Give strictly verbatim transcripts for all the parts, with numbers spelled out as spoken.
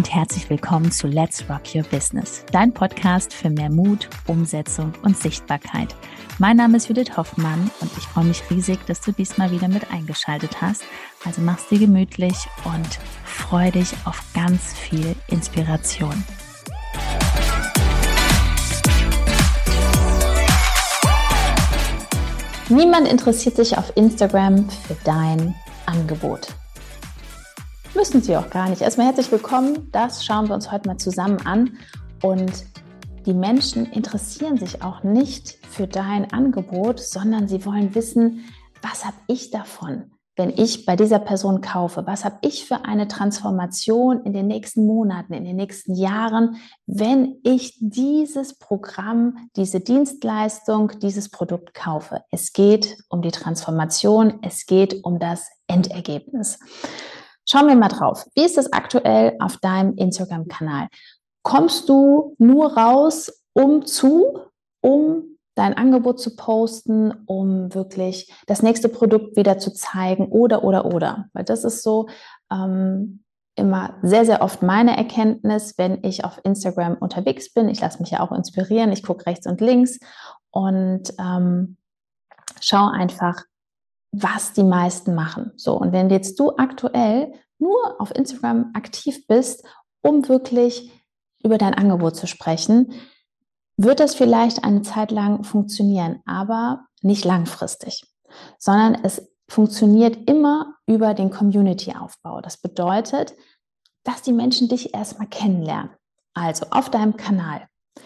und herzlich willkommen zu Let's Rock Your Business, dein Podcast für mehr Mut, Umsetzung und Sichtbarkeit. Mein Name ist Judith Hoffmann und ich freue mich riesig, dass du diesmal wieder mit eingeschaltet hast. Also mach's dir gemütlich und freu dich auf ganz viel Inspiration. Niemand interessiert sich auf Instagram für dein Angebot. Müssen sie auch gar nicht. Erstmal herzlich willkommen. Das schauen wir uns heute mal zusammen an. Und die Menschen interessieren sich auch nicht für dein Angebot, sondern sie wollen wissen, was habe ich davon, wenn ich bei dieser Person kaufe? Was habe ich für eine Transformation in den nächsten Monaten, in den nächsten Jahren, wenn ich dieses Programm, diese Dienstleistung, dieses Produkt kaufe? Es geht um die Transformation, es geht um das Endergebnis. Schauen wir mal drauf. Wie ist das aktuell auf deinem Instagram-Kanal? Kommst du nur raus, um zu, um dein Angebot zu posten, um wirklich das nächste Produkt wieder zu zeigen oder, oder, oder? Weil das ist so ähm, immer sehr, sehr oft meine Erkenntnis, wenn ich auf Instagram unterwegs bin. Ich lasse mich ja auch inspirieren. Ich gucke rechts und links und ähm, schaue einfach, was die meisten machen. So, und wenn jetzt du aktuell nur auf Instagram aktiv bist, um wirklich über dein Angebot zu sprechen, wird das vielleicht eine Zeit lang funktionieren, aber nicht langfristig, sondern es funktioniert immer über den Community-Aufbau. Das bedeutet, dass die Menschen dich erstmal kennenlernen. Also auf deinem Kanal.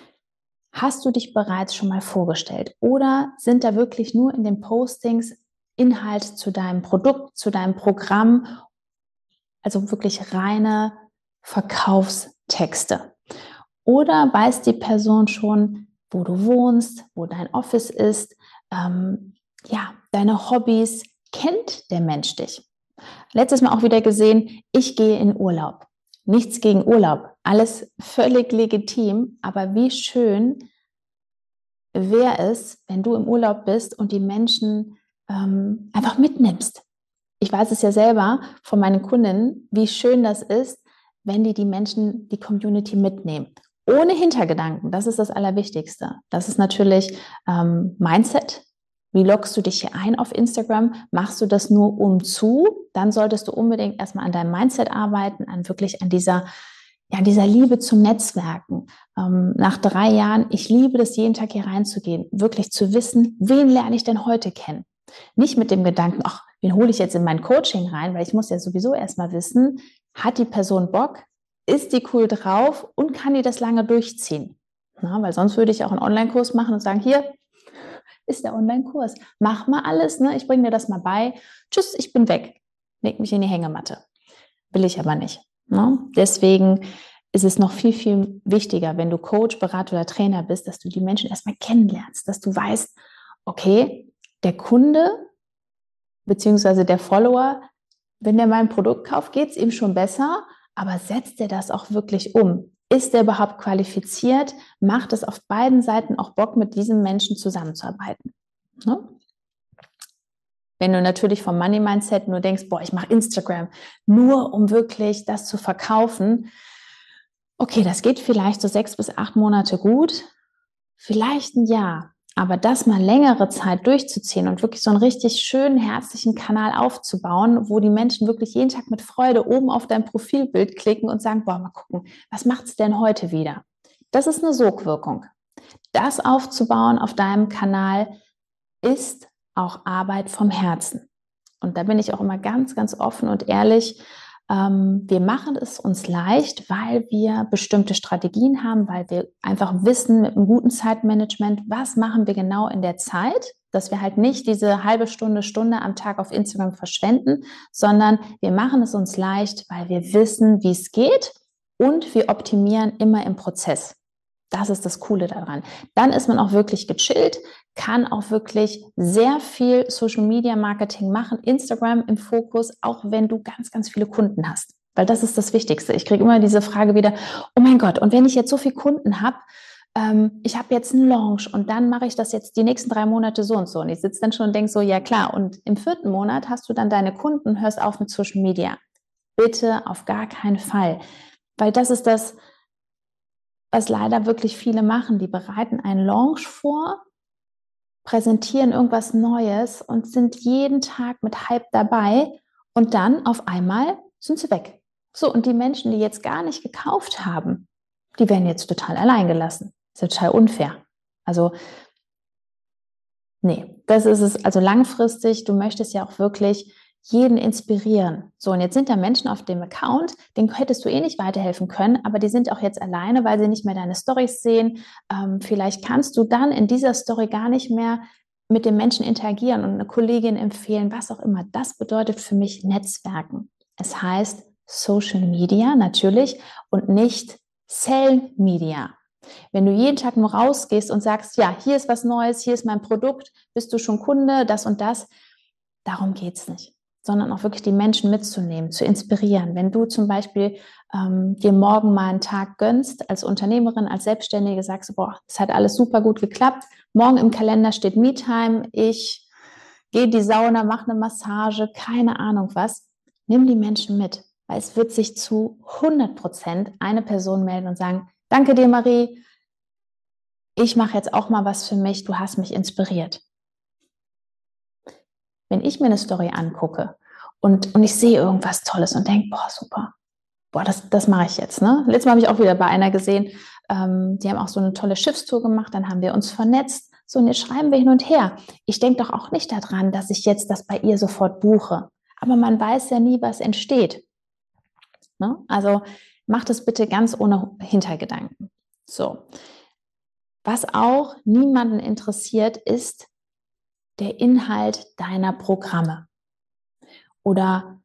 Hast du dich bereits schon mal vorgestellt oder sind da wirklich nur in den Postings Inhalt zu deinem Produkt, zu deinem Programm, also wirklich reine Verkaufstexte? Oder weiß die Person schon, wo du wohnst, wo dein Office ist, ähm, ja, deine Hobbys, kennt der Mensch dich? Letztes Mal auch wieder gesehen, ich gehe in Urlaub. Nichts gegen Urlaub, alles völlig legitim, aber wie schön wäre es, wenn du im Urlaub bist und die Menschen ähm, einfach mitnimmst. Ich weiß es ja selber von meinen Kundinnen, wie schön das ist, wenn die die Menschen, die Community mitnehmen. Ohne Hintergedanken, das ist das Allerwichtigste. Das ist natürlich ähm, Mindset. Wie loggst du dich hier ein auf Instagram? Machst du das nur um zu? Dann solltest du unbedingt erstmal an deinem Mindset arbeiten, an wirklich an dieser, ja, dieser Liebe zum Netzwerken. Ähm, nach drei Jahren, ich liebe das, jeden Tag hier reinzugehen, wirklich zu wissen, wen lerne ich denn heute kennen? Nicht mit dem Gedanken, ach, wen hole ich jetzt in mein Coaching rein, weil ich muss ja sowieso erstmal wissen, hat die Person Bock, ist die cool drauf und kann die das lange durchziehen? Na, weil sonst würde ich auch einen Online-Kurs machen und sagen, hier ist der Online-Kurs, mach mal alles, ne? Ich bringe dir das mal bei, tschüss, ich bin weg, leg mich in die Hängematte. Will ich aber nicht. Ne? Deswegen ist es noch viel, viel wichtiger, wenn du Coach, Berater oder Trainer bist, dass du die Menschen erstmal kennenlernst, dass du weißt, okay, der Kunde beziehungsweise der Follower, wenn der mein Produkt kauft, geht es ihm schon besser, aber setzt er das auch wirklich um? Ist er überhaupt qualifiziert? Macht es auf beiden Seiten auch Bock, mit diesem Menschen zusammenzuarbeiten? Ne? Wenn du natürlich vom Money Mindset nur denkst, boah, ich mache Instagram nur, um wirklich das zu verkaufen. Okay, das geht vielleicht so sechs bis acht Monate gut, vielleicht ein Jahr. Aber das mal längere Zeit durchzuziehen und wirklich so einen richtig schönen, herzlichen Kanal aufzubauen, wo die Menschen wirklich jeden Tag mit Freude oben auf dein Profilbild klicken und sagen, boah, mal gucken, was macht es denn heute wieder? Das ist eine Sogwirkung. Das aufzubauen auf deinem Kanal ist auch Arbeit vom Herzen. Und da bin ich auch immer ganz, ganz offen und ehrlich. Wir machen es uns leicht, weil wir bestimmte Strategien haben, weil wir einfach wissen mit einem guten Zeitmanagement, was machen wir genau in der Zeit, dass wir halt nicht diese halbe Stunde, Stunde am Tag auf Instagram verschwenden, sondern wir machen es uns leicht, weil wir wissen, wie es geht und wir optimieren immer im Prozess. Das ist das Coole daran. Dann ist man auch wirklich gechillt, kann auch wirklich sehr viel Social Media Marketing machen, Instagram im Fokus, auch wenn du ganz, ganz viele Kunden hast. Weil das ist das Wichtigste. Ich kriege immer diese Frage wieder, oh mein Gott, und wenn ich jetzt so viele Kunden habe, ähm, ich habe jetzt einen Launch und dann mache ich das jetzt die nächsten drei Monate so und so. Und ich sitze dann schon und denke so, ja klar, und im vierten Monat hast du dann deine Kunden und hörst auf mit Social Media. Bitte auf gar keinen Fall. Weil das ist das, was leider wirklich viele machen. Die bereiten einen Launch vor, präsentieren irgendwas Neues und sind jeden Tag mit Hype dabei und dann auf einmal sind sie weg. So, und die Menschen, die jetzt gar nicht gekauft haben, die werden jetzt total allein gelassen. Das ist total unfair. Also, nee, das ist es. Also langfristig, du möchtest ja auch wirklich jeden inspirieren. So, und jetzt sind da Menschen auf dem Account, denen hättest du eh nicht weiterhelfen können, aber die sind auch jetzt alleine, weil sie nicht mehr deine Storys sehen. Ähm, vielleicht kannst du dann in dieser Story gar nicht mehr mit den Menschen interagieren und eine Kollegin empfehlen, was auch immer. Das bedeutet für mich Netzwerken. Es heißt Social Media natürlich und nicht Sell Media. Wenn du jeden Tag nur rausgehst und sagst, ja, hier ist was Neues, hier ist mein Produkt, bist du schon Kunde, das und das, darum geht es nicht, sondern auch wirklich die Menschen mitzunehmen, zu inspirieren. Wenn du zum Beispiel ähm, dir morgen mal einen Tag gönnst, als Unternehmerin, als Selbstständige, sagst du, boah, das hat alles super gut geklappt, morgen im Kalender steht Me-Time, ich gehe in die Sauna, mache eine Massage, keine Ahnung was, nimm die Menschen mit, weil es wird sich zu hundert Prozent eine Person melden und sagen, danke dir, Marie, ich mache jetzt auch mal was für mich, du hast mich inspiriert. Wenn ich mir eine Story angucke und, und ich sehe irgendwas Tolles und denke, boah, super, boah, das, das mache ich jetzt. Ne? Letztes Mal habe ich auch wieder bei einer gesehen, ähm, die haben auch so eine tolle Schiffstour gemacht, dann haben wir uns vernetzt, so und jetzt schreiben wir hin und her. Ich denke doch auch nicht daran, dass ich jetzt das bei ihr sofort buche. Aber man weiß ja nie, was entsteht. Ne? Also mach das bitte ganz ohne Hintergedanken. So. Was auch niemanden interessiert, ist der Inhalt deiner Programme. Oder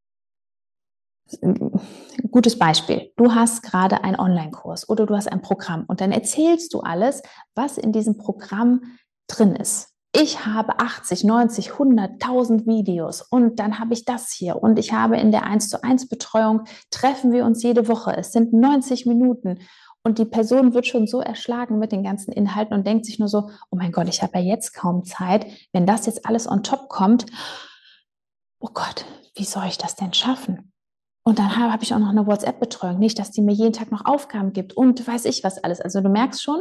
ein gutes Beispiel, du hast gerade einen Online-Kurs oder du hast ein Programm und dann erzählst du alles, was in diesem Programm drin ist. Ich habe achtzig, neunzig, hundert, tausend Videos und dann habe ich das hier und ich habe in der eins zu eins Betreuung, treffen wir uns jede Woche, es sind neunzig Minuten und die Person wird schon so erschlagen mit den ganzen Inhalten und denkt sich nur so, oh mein Gott, ich habe ja jetzt kaum Zeit, wenn das jetzt alles on top kommt, oh Gott, wie soll ich das denn schaffen? Und dann habe ich auch noch eine WhatsApp-Betreuung, nicht, dass die mir jeden Tag noch Aufgaben gibt und weiß ich was alles. Also du merkst schon,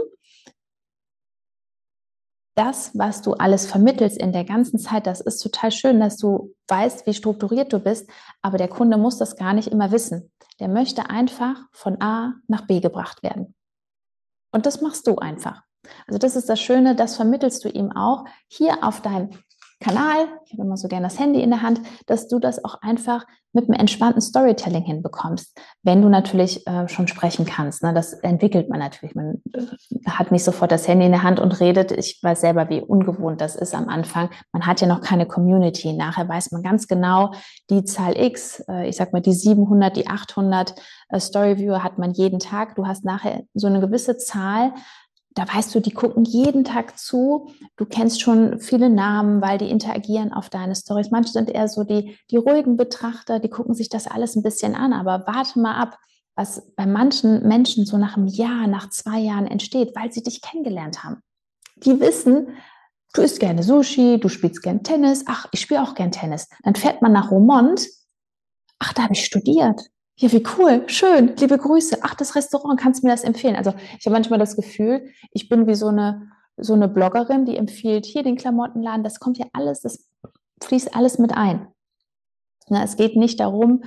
das, was du alles vermittelst in der ganzen Zeit, das ist total schön, dass du weißt, wie strukturiert du bist, aber der Kunde muss das gar nicht immer wissen. Der möchte einfach von A nach B gebracht werden. Und das machst du einfach. Also das ist das Schöne, das vermittelst du ihm auch hier auf deinem Kanal, ich habe immer so gerne das Handy in der Hand, dass du das auch einfach mit einem entspannten Storytelling hinbekommst, wenn du natürlich äh, schon sprechen kannst. Ne? Das entwickelt man natürlich. Man äh, hat nicht sofort das Handy in der Hand und redet. Ich weiß selber, wie ungewohnt das ist am Anfang. Man hat ja noch keine Community. Nachher weiß man ganz genau, die Zahl X, äh, ich sag mal die siebenhundert, die achthundert äh, Storyviewer hat man jeden Tag. Du hast nachher so eine gewisse Zahl, da weißt du, die gucken jeden Tag zu. Du kennst schon viele Namen, weil die interagieren auf deine Storys. Manche sind eher so die, die ruhigen Betrachter, die gucken sich das alles ein bisschen an. Aber warte mal ab, was bei manchen Menschen so nach einem Jahr, nach zwei Jahren entsteht, weil sie dich kennengelernt haben. Die wissen, du isst gerne Sushi, du spielst gern Tennis. Ach, ich spiele auch gern Tennis. Dann fährt man nach Roermond. Ach, da habe ich studiert. Ja, wie cool, schön, liebe Grüße. Ach, das Restaurant, kannst du mir das empfehlen? Also ich habe manchmal das Gefühl, ich bin wie so eine, so eine Bloggerin, die empfiehlt hier den Klamottenladen. Das kommt ja alles, das fließt alles mit ein. Na, es geht nicht darum,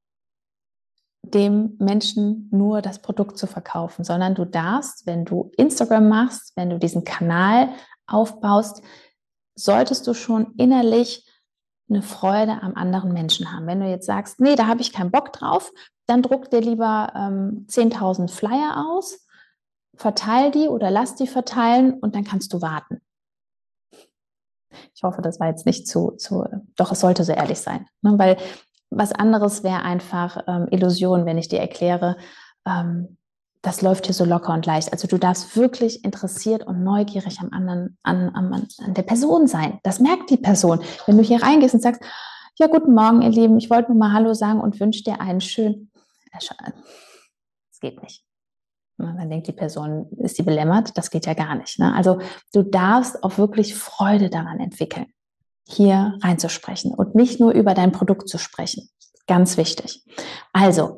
dem Menschen nur das Produkt zu verkaufen, sondern du darfst, wenn du Instagram machst, wenn du diesen Kanal aufbaust, solltest du schon innerlich eine Freude am anderen Menschen haben. Wenn du jetzt sagst, nee, da habe ich keinen Bock drauf, dann druck dir lieber ähm, zehntausend Flyer aus, verteil die oder lass die verteilen und dann kannst du warten. Ich hoffe, das war jetzt nicht zu, zu doch es sollte so ehrlich sein, ne? Weil was anderes wäre einfach ähm, Illusion, wenn ich dir erkläre, ähm, das läuft hier so locker und leicht. Also du darfst wirklich interessiert und neugierig am anderen, an, an, an der Person sein. Das merkt die Person. Wenn du hier reingehst und sagst, ja, guten Morgen, ihr Lieben, ich wollte nur mal Hallo sagen und wünsche dir einen schönen... Das geht nicht. Dann denkt die Person, ist die belämmert? Das geht ja gar nicht. Ne? Also du darfst auch wirklich Freude daran entwickeln, hier reinzusprechen und nicht nur über dein Produkt zu sprechen. Ganz wichtig. Also,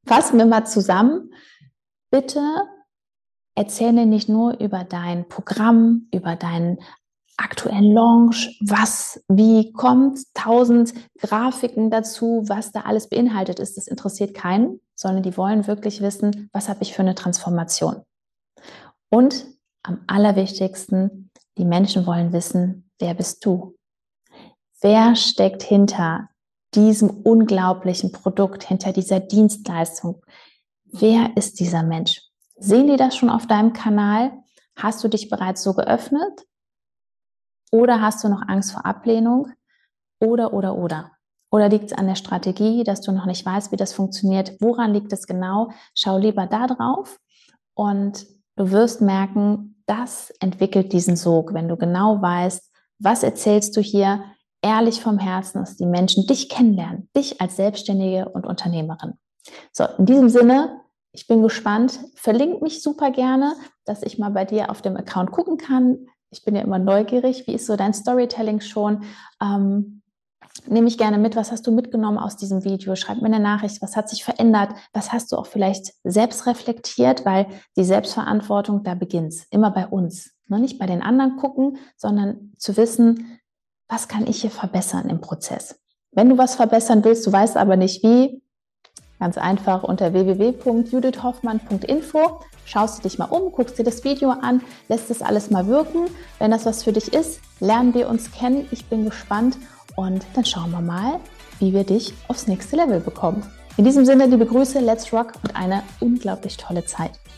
Fassen wir mal zusammen. Bitte erzähle nicht nur über dein Programm, über deinen aktuellen Launch, was, wie kommt, tausend Grafiken dazu, was da alles beinhaltet ist. Das interessiert keinen, sondern die wollen wirklich wissen, was habe ich für eine Transformation. Und am allerwichtigsten, die Menschen wollen wissen, wer bist du? Wer steckt hinter diesem unglaublichen Produkt, hinter dieser Dienstleistung? Wer ist dieser Mensch? Sehen die das schon auf deinem Kanal? Hast du dich bereits so geöffnet? Oder hast du noch Angst vor Ablehnung? Oder, oder, oder. Oder liegt es an der Strategie, dass du noch nicht weißt, wie das funktioniert? Woran liegt es genau? Schau lieber da drauf und du wirst merken, das entwickelt diesen Sog, wenn du genau weißt, was erzählst du hier ehrlich vom Herzen, dass die Menschen dich kennenlernen, dich als Selbstständige und Unternehmerin. So, in diesem Sinne, ich bin gespannt. Verlink mich super gerne, dass ich mal bei dir auf dem Account gucken kann. Ich bin ja immer neugierig. Wie ist so dein Storytelling schon? Ähm, nehme ich gerne mit. Was hast du mitgenommen aus diesem Video? Schreib mir eine Nachricht. Was hat sich verändert? Was hast du auch vielleicht selbst reflektiert? Weil die Selbstverantwortung, da beginnt es. Immer bei uns. Ne? Nicht bei den anderen gucken, sondern zu wissen, was kann ich hier verbessern im Prozess? Wenn du was verbessern willst, du weißt aber nicht wie, ganz einfach unter w w w punkt judith hoffmann punkt info schaust du dich mal um, guckst dir das Video an, lässt das alles mal wirken. Wenn das was für dich ist, lernen wir uns kennen. Ich bin gespannt und dann schauen wir mal, wie wir dich aufs nächste Level bekommen. In diesem Sinne, liebe Grüße, let's rock und eine unglaublich tolle Zeit.